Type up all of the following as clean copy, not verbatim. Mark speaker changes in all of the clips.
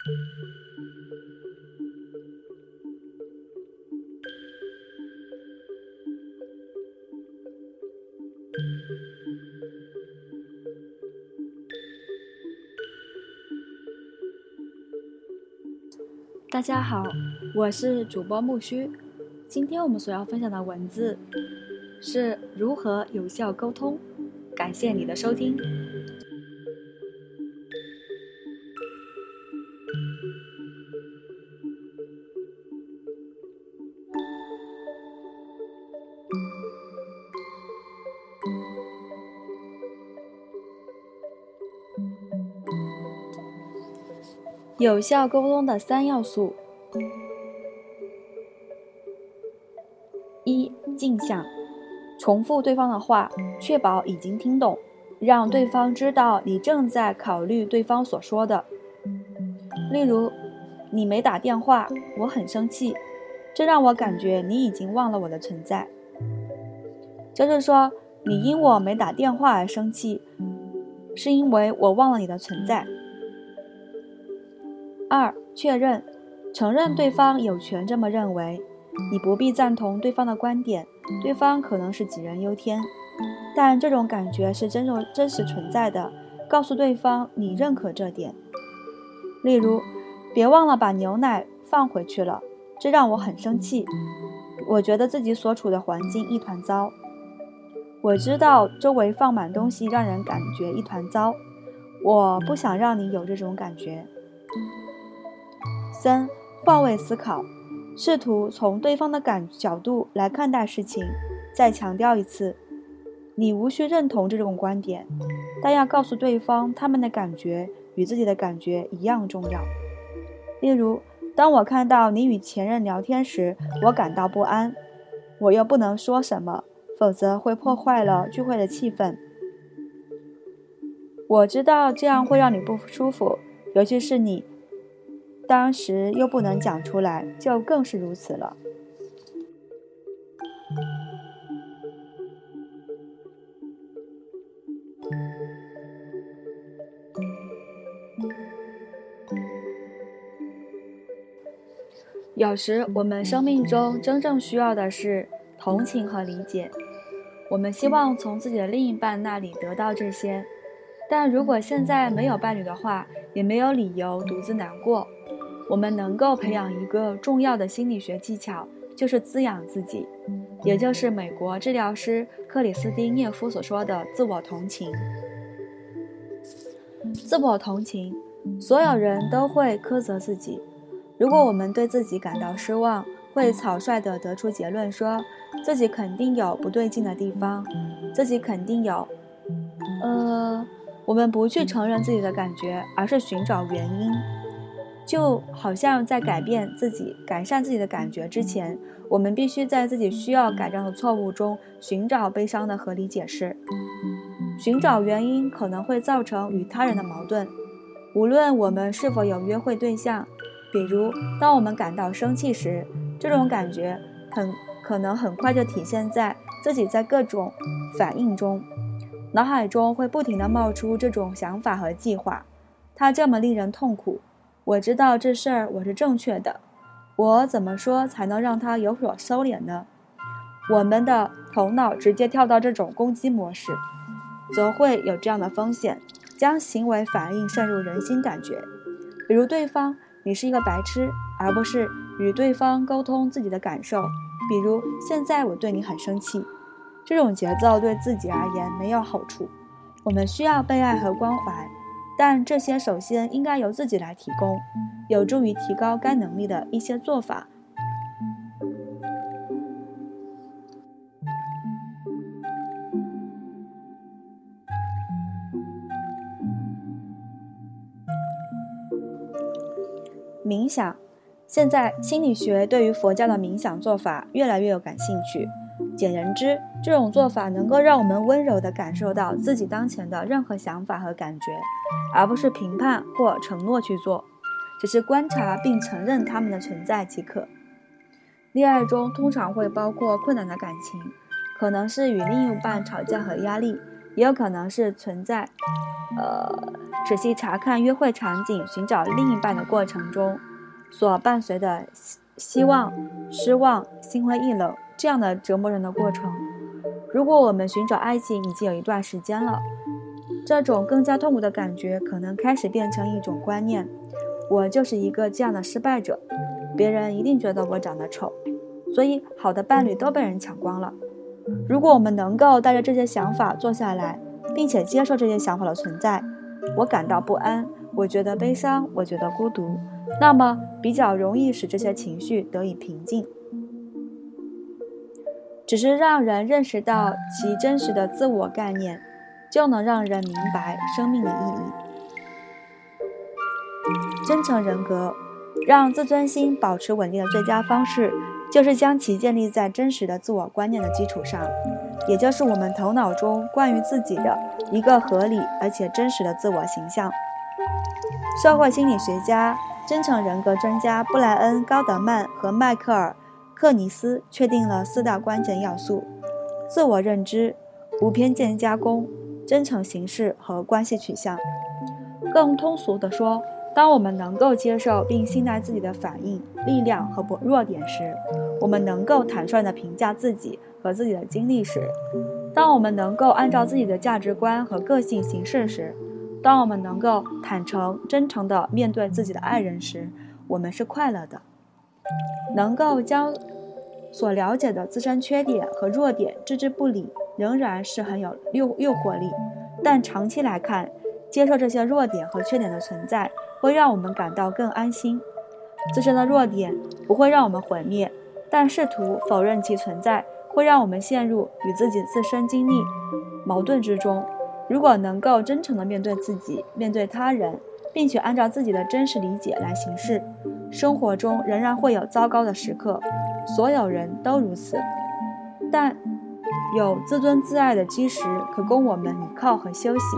Speaker 1: 大家好，我是主播木须。今天我们所要分享的文字是如何有效沟通。感谢你的收听。有效沟通的3要素：一、镜像，重复对方的话，确保已经听懂，让对方知道你正在考虑对方所说的。例如，你没打电话，我很生气，这让我感觉你已经忘了我的存在。就是说，你因我没打电话而生气，是因为我忘了你的存在。2、确认，承认对方有权这么认为，你不必赞同对方的观点，对方可能是杞人忧天，但这种感觉是真实存在的，告诉对方你认可这点。例如，别忘了把牛奶放回去了，这让我很生气，我觉得自己所处的环境一团糟。我知道周围放满东西让人感觉一团糟，我不想让你有这种感觉。3、换位思考，试图从对方的角度来看待事情。再强调一次，你无需认同这种观点，但要告诉对方他们的感觉与自己的感觉一样重要。例如，当我看到你与前任聊天时，我感到不安，我又不能说什么，否则会破坏了聚会的气氛。我知道这样会让你不舒服，尤其是你当时又不能讲出来，就更是如此了。有时我们生命中真正需要的是同情和理解，我们希望从自己的另一半那里得到这些，但如果现在没有伴侣的话，也没有理由独自难过。我们能够培养一个重要的心理学技巧，就是滋养自己，也就是美国治疗师克里斯汀·涅夫所说的自我同情。自我同情，所有人都会苛责自己。如果我们对自己感到失望，会草率地得出结论说自己肯定有不对劲的地方，自己肯定有我们不去承认自己的感觉，而是寻找原因。就好像在改善自己的感觉之前，我们必须在自己需要改正的错误中寻找悲伤的合理解释。寻找原因可能会造成与他人的矛盾，无论我们是否有约会对象。比如，当我们感到生气时，这种感觉可能很快就体现在自己在各种反应中，脑海中会不停地冒出这种想法和计划。它这么令人痛苦，我知道这事儿我是正确的，我怎么说才能让它有所收敛呢？我们的头脑直接跳到这种攻击模式，则会有这样的风险，将行为反应渗入人心感觉。比如对方你是一个白痴，而不是与对方沟通自己的感受。比如现在我对你很生气，这种节奏对自己而言没有好处。我们需要被爱和关怀，但这些首先应该由自己来提供，有助于提高该能力的一些做法。冥想，现在心理学对于佛教的冥想做法越来越有感兴趣。简言之，这种做法能够让我们温柔地感受到自己当前的任何想法和感觉，而不是评判或承诺去做，只是观察并承认它们的存在即可。恋爱中通常会包括困难的感情，可能是与另一半吵架和压力， 也有可能是存在仔细查看约会场景、寻找另一半的过程中所伴随的希望、失望、心灰意冷这样的折磨人的过程。如果我们寻找爱情已经有一段时间了，这种更加痛苦的感觉可能开始变成一种观念，我就是一个这样的失败者，别人一定觉得我长得丑，所以好的伴侣都被人抢光了。如果我们能够带着这些想法坐下来，并且接受这些想法的存在，我感到不安，我觉得悲伤，我觉得孤独，那么比较容易使这些情绪得以平静。只是让人认识到其真实的自我概念，就能让人明白生命的意义。真诚人格让自尊心保持稳定的最佳方式，就是将其建立在真实的自我观念的基础上，也就是我们头脑中关于自己的一个合理而且真实的自我形象。社会心理学家、真诚人格专家布莱恩·高德曼和迈克尔·克尼斯确定了4大关键要素：自我认知、无偏见加工、真诚行事和关系取向。更通俗地说，当我们能够接受并信赖自己的反应、力量和弱点时，我们能够坦率地评价自己和自己的经历时，当我们能够按照自己的价值观和个性行事时，当我们能够坦诚、真诚地面对自己的爱人时，我们是快乐的。能够将所了解的自身缺点和弱点置之不理，仍然是很有诱惑力，但长期来看，接受这些弱点和缺点的存在，会让我们感到更安心。自身的弱点不会让我们毁灭，但试图否认其存在，会让我们陷入与自己自身经历矛盾之中。如果能够真诚地面对自己，面对他人，并且按照自己的真实理解来行事，生活中仍然会有糟糕的时刻，所有人都如此，但有自尊自爱的基石可供我们依靠和休息。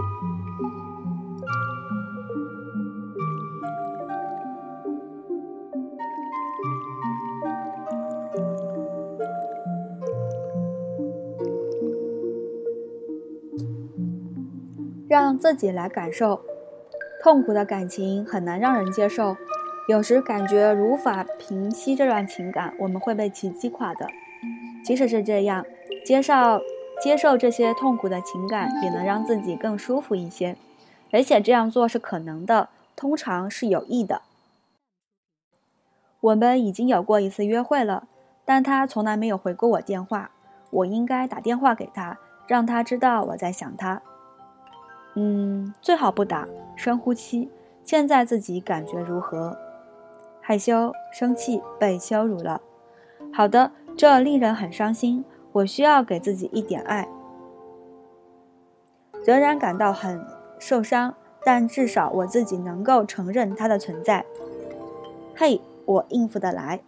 Speaker 1: 让自己来感受痛苦的感情很难让人接受，有时感觉无法平息这段情感，我们会被其击垮的。即使是这样，接受这些痛苦的情感也能让自己更舒服一些，而且这样做是可能的，通常是有益的。我们已经有过一次约会了，但他从来没有回过我电话，我应该打电话给他，让他知道我在想他。最好不打。深呼吸，现在自己感觉如何？害羞、生气、被羞辱了。好的，这令人很伤心，我需要给自己一点爱。仍然感到很受伤，但至少我自己能够承认它的存在。嘿，我应付得来。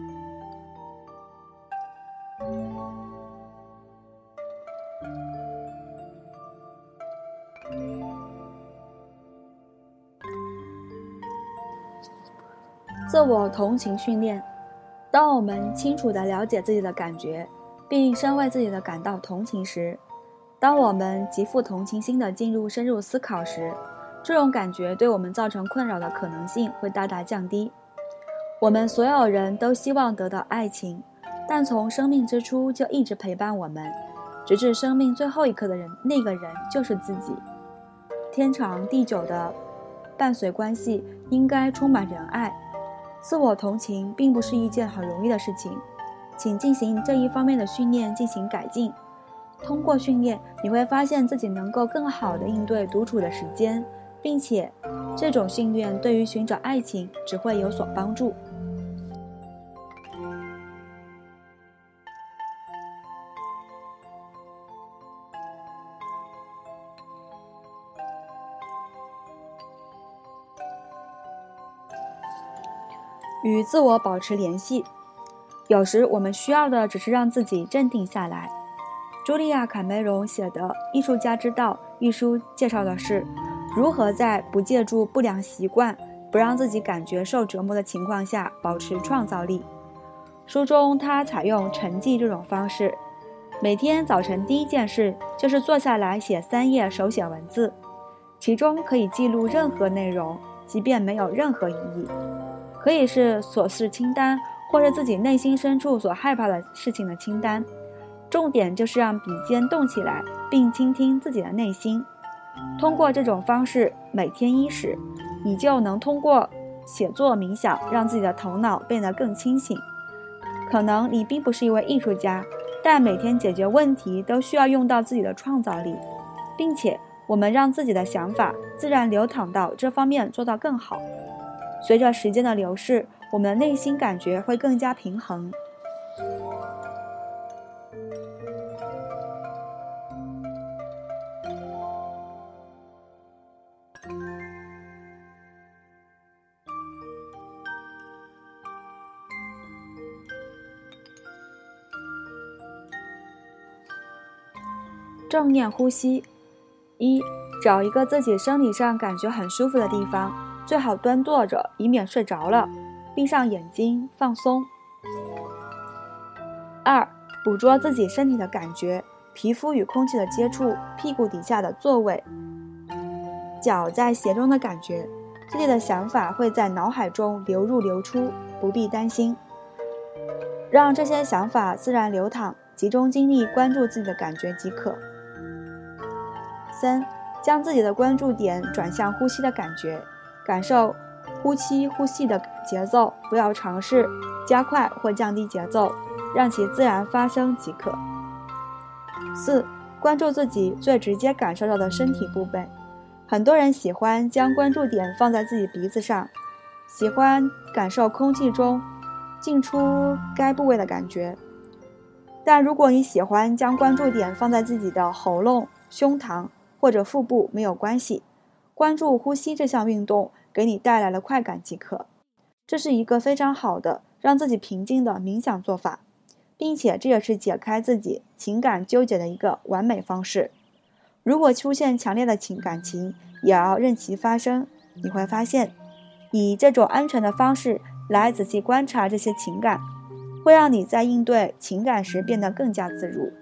Speaker 1: 自我同情训练。当我们清楚地了解自己的感觉，并深为自己的感到同情时，当我们极富同情心地进入深入思考时，这种感觉对我们造成困扰的可能性会大大降低。我们所有人都希望得到爱情，但从生命之初就一直陪伴我们，直至生命最后一刻的那个人就是自己。天长地久的伴随关系应该充满仁爱。自我同情并不是一件很容易的事情，请进行这一方面的训练进行改进。通过训练，你会发现自己能够更好地应对独处的时间，并且这种训练对于寻找爱情只会有所帮助。与自我保持联系，有时我们需要的只是让自己镇定下来。茱莉亚·卡梅隆写的《艺术家之道》一书介绍的是如何在不借助不良习惯、不让自己感觉受折磨的情况下保持创造力。书中他采用沉寂这种方式， 每天早晨第一件事就是坐下来写3页手写文字，其中可以记录任何内容，即便没有任何意义，可以是琐事清单，或是自己内心深处所害怕的事情的清单。重点就是让笔尖动起来，并倾听自己的内心。通过这种方式，每天1时，你就能通过写作冥想让自己的头脑变得更清醒。可能你并不是一位艺术家，但每天解决问题都需要用到自己的创造力，并且我们让自己的想法自然流淌到这方面做到更好。随着时间的流逝，我们的内心感觉会更加平衡。正念呼吸。1. 找一个自己生理上感觉很舒服的地方，最好端坐着，以免睡着了。闭上眼睛，放松。2. 捕捉自己身体的感觉，皮肤与空气的接触，屁股底下的座位，脚在鞋中的感觉。这里的想法会在脑海中流入流出，不必担心。让这些想法自然流淌，集中精力关注自己的感觉即可。3. 将自己的关注点转向呼吸的感觉，感受呼吸的节奏，不要尝试加快或降低节奏，让其自然发生即可。4. 关注自己最直接感受到的身体部位。很多人喜欢将关注点放在自己鼻子上，喜欢感受空气中进出该部位的感觉。但如果你喜欢将关注点放在自己的喉咙、胸膛或者腹部，没有关系，关注呼吸这项运动给你带来了快感即可。这是一个非常好的让自己平静的冥想做法，并且这也是解开自己情感纠结的一个完美方式。如果出现强烈的感情，也要任其发生。你会发现，以这种安全的方式来仔细观察这些情感，会让你在应对情感时变得更加自如。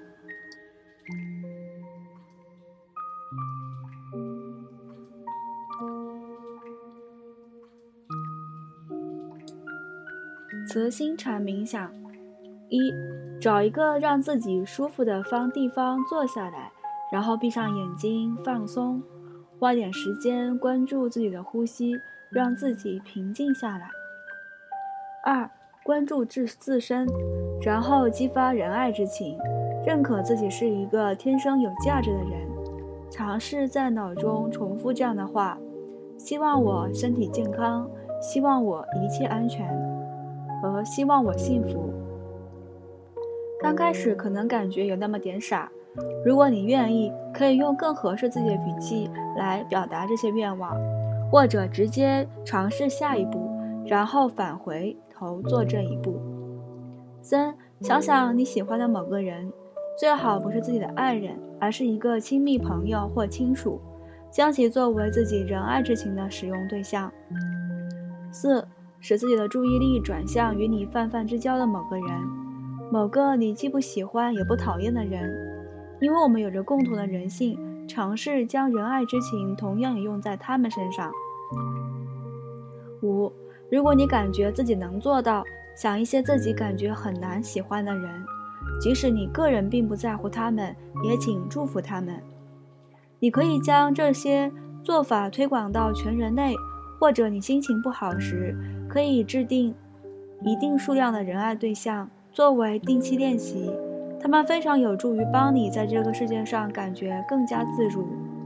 Speaker 1: 慈心禅冥想。1. 找一个让自己舒服的地方坐下来，然后闭上眼睛放松，花点时间关注自己的呼吸，让自己平静下来。2. 关注自身，然后激发仁爱之情，认可自己是一个天生有价值的人。尝试在脑中重复这样的话：希望我身体健康，希望我一切安全，和希望我幸福。刚开始可能感觉有那么点傻，如果你愿意，可以用更合适自己的语气来表达这些愿望，或者直接尝试下一步，然后返回头做这一步。3. 想想你喜欢的某个人，最好不是自己的爱人，而是一个亲密朋友或亲属，将其作为自己仁爱之情的使用对象。4. 使自己的注意力转向与你泛泛之交的某个人，某个你既不喜欢也不讨厌的人，因为我们有着共同的人性，尝试将仁爱之情同样也用在他们身上。5. 如果你感觉自己能做到，想一些自己感觉很难喜欢的人，即使你个人并不在乎他们，也请祝福他们。你可以将这些做法推广到全人类，或者你心情不好时，可以制定一定数量的仁爱对象作为定期练习，他们非常有助于帮你在这个世界上感觉更加自如。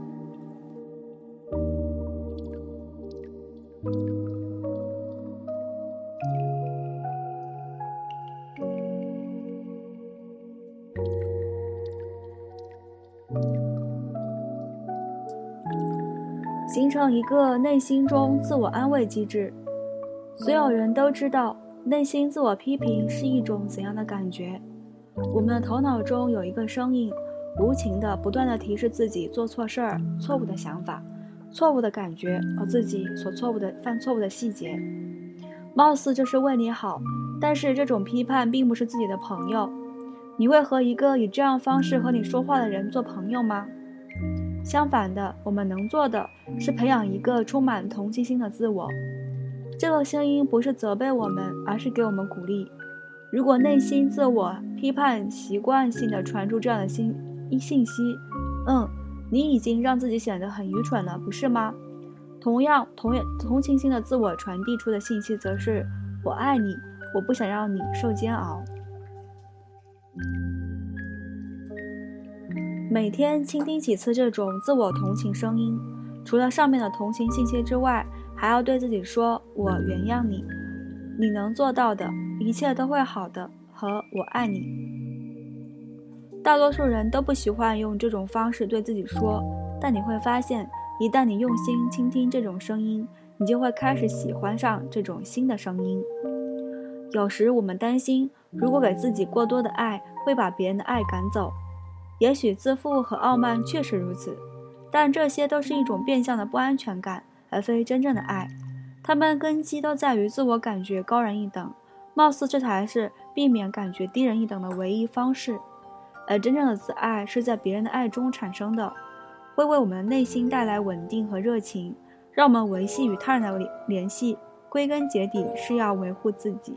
Speaker 1: 形成一个内心中自我安慰机制。所有人都知道内心自我批评是一种怎样的感觉。我们的头脑中有一个声音，无情地不断地提示自己做错事儿、错误的想法、错误的感觉和自己犯错误的细节。貌似这是为你好，但是这种批判并不是自己的朋友。 你会和一个以这样方式和你说话的人做朋友吗？相反的，我们能做的是培养一个充满同情心的自我。这个声音不是责备我们，而是给我们鼓励。如果内心自我批判习惯性地传出这样的信息，你已经让自己显得很愚蠢了，不是吗？同样，同情心的自我传递出的信息则是：我爱你，我不想让你受煎熬。每天倾听几次这种自我同情声音，除了上面的同情信息之外，还要对自己说：我原谅你，你能做到的，一切都会好的，和我爱你。大多数人都不喜欢用这种方式对自己说，但你会发现，一旦你用心倾听这种声音，你就会开始喜欢上这种新的声音。有时我们担心，如果给自己过多的爱，会把别人的爱赶走。也许自负和傲慢确实如此，但这些都是一种变相的不安全感，而非真正的爱。它们根基都在于自我感觉高人一等，貌似这才是避免感觉低人一等的唯一方式。而真正的自爱是在别人的爱中产生的，会为我们的内心带来稳定和热情，让我们维系与他人的联系，归根结底是要维护自己。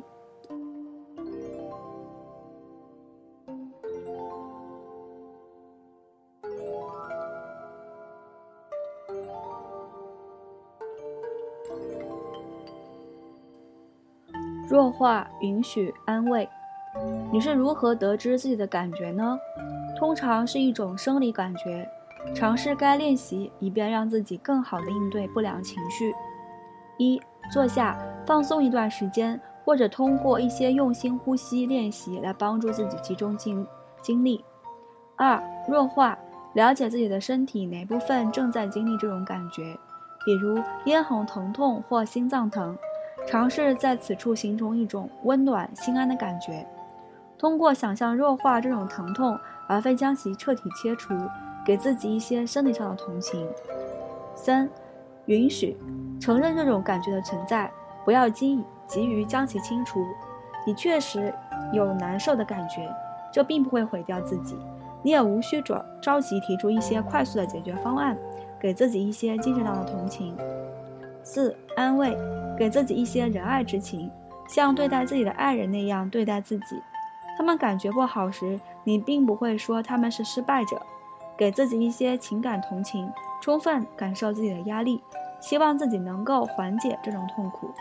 Speaker 1: 弱化、允许、安慰。你是如何得知自己的感觉呢？通常是一种生理感觉，尝试该练习，以便让自己更好地应对不良情绪。1. 坐下，放松一段时间，或者通过一些用心呼吸练习来帮助自己集中精力。2. 弱化，了解自己的身体哪部分正在经历这种感觉，比如咽喉疼痛或心脏疼，尝试在此处形成一种温暖心安的感觉。通过想象弱化这种疼痛，而非将其彻底切除，给自己一些生理上的同情。3. 允许，承认这种感觉的存在，不要急于将其清除。你确实有难受的感觉，这并不会毁掉自己，你也无需着急提出一些快速的解决方案，给自己一些精神上的同情。4. 安慰，给自己一些仁爱之情，像对待自己的爱人那样对待自己。他们感觉不好时，你并不会说他们是失败者，给自己一些情感同情，充分感受自己的压力，希望自己能够缓解这种痛苦。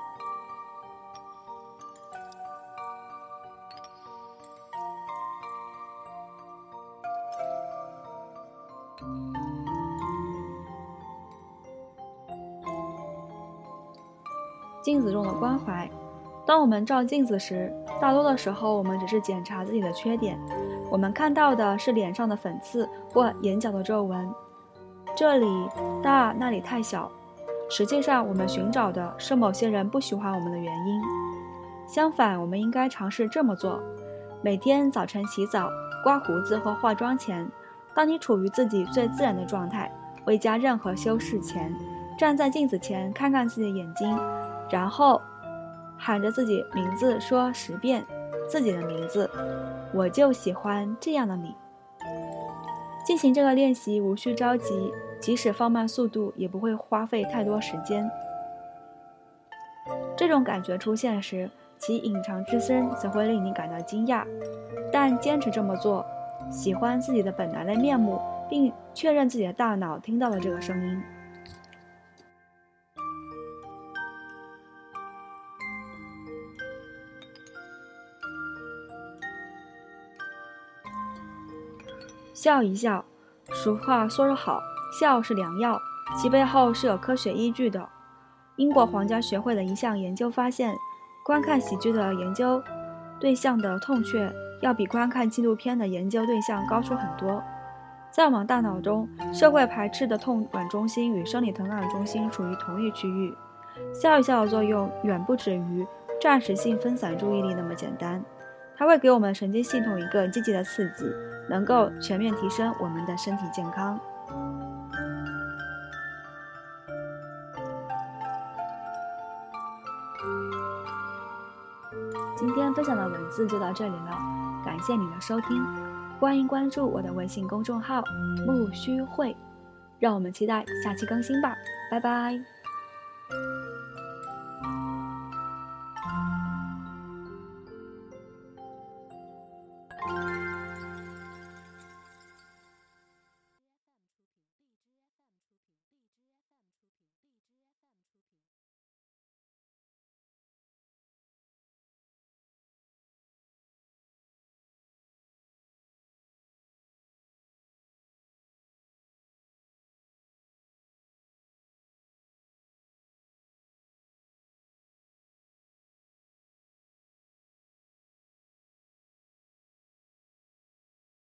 Speaker 1: 镜子中的关怀。当我们照镜子时，大多的时候我们只是检查自己的缺点，我们看到的是脸上的粉刺或眼角的皱纹，这里大，那里太小。实际上，我们寻找的是某些人不喜欢我们的原因。相反，我们应该尝试这么做：每天早晨洗澡、刮胡子或化妆前，当你处于自己最自然的状态，未加任何修饰前，站在镜子前看看自己的眼睛，然后喊着自己名字说10遍自己的名字，我就喜欢这样的你。进行这个练习无需着急，即使放慢速度也不会花费太多时间。这种感觉出现时，其隐藏之深则会令你感到惊讶，但坚持这么做，喜欢自己的本来的面目，并确认自己的大脑听到了这个声音。笑一笑，俗话说得好，笑是良药，其背后是有科学依据的。英国皇家学会的一项研究发现，观看喜剧的研究对象的痛觉要比观看纪录片的研究对象高出很多。在我们大脑中，社会排斥的痛感中心与生理疼感中心处于同一区域。笑一笑的作用远不止于暂时性分散注意力那么简单，它会给我们神经系统一个积极的刺激，能够全面提升我们的身体健康。今天分享的文字就到这里了， 感谢你的收听，欢迎关注我的微信公众号木须会，让我们期待下期更新吧，拜拜。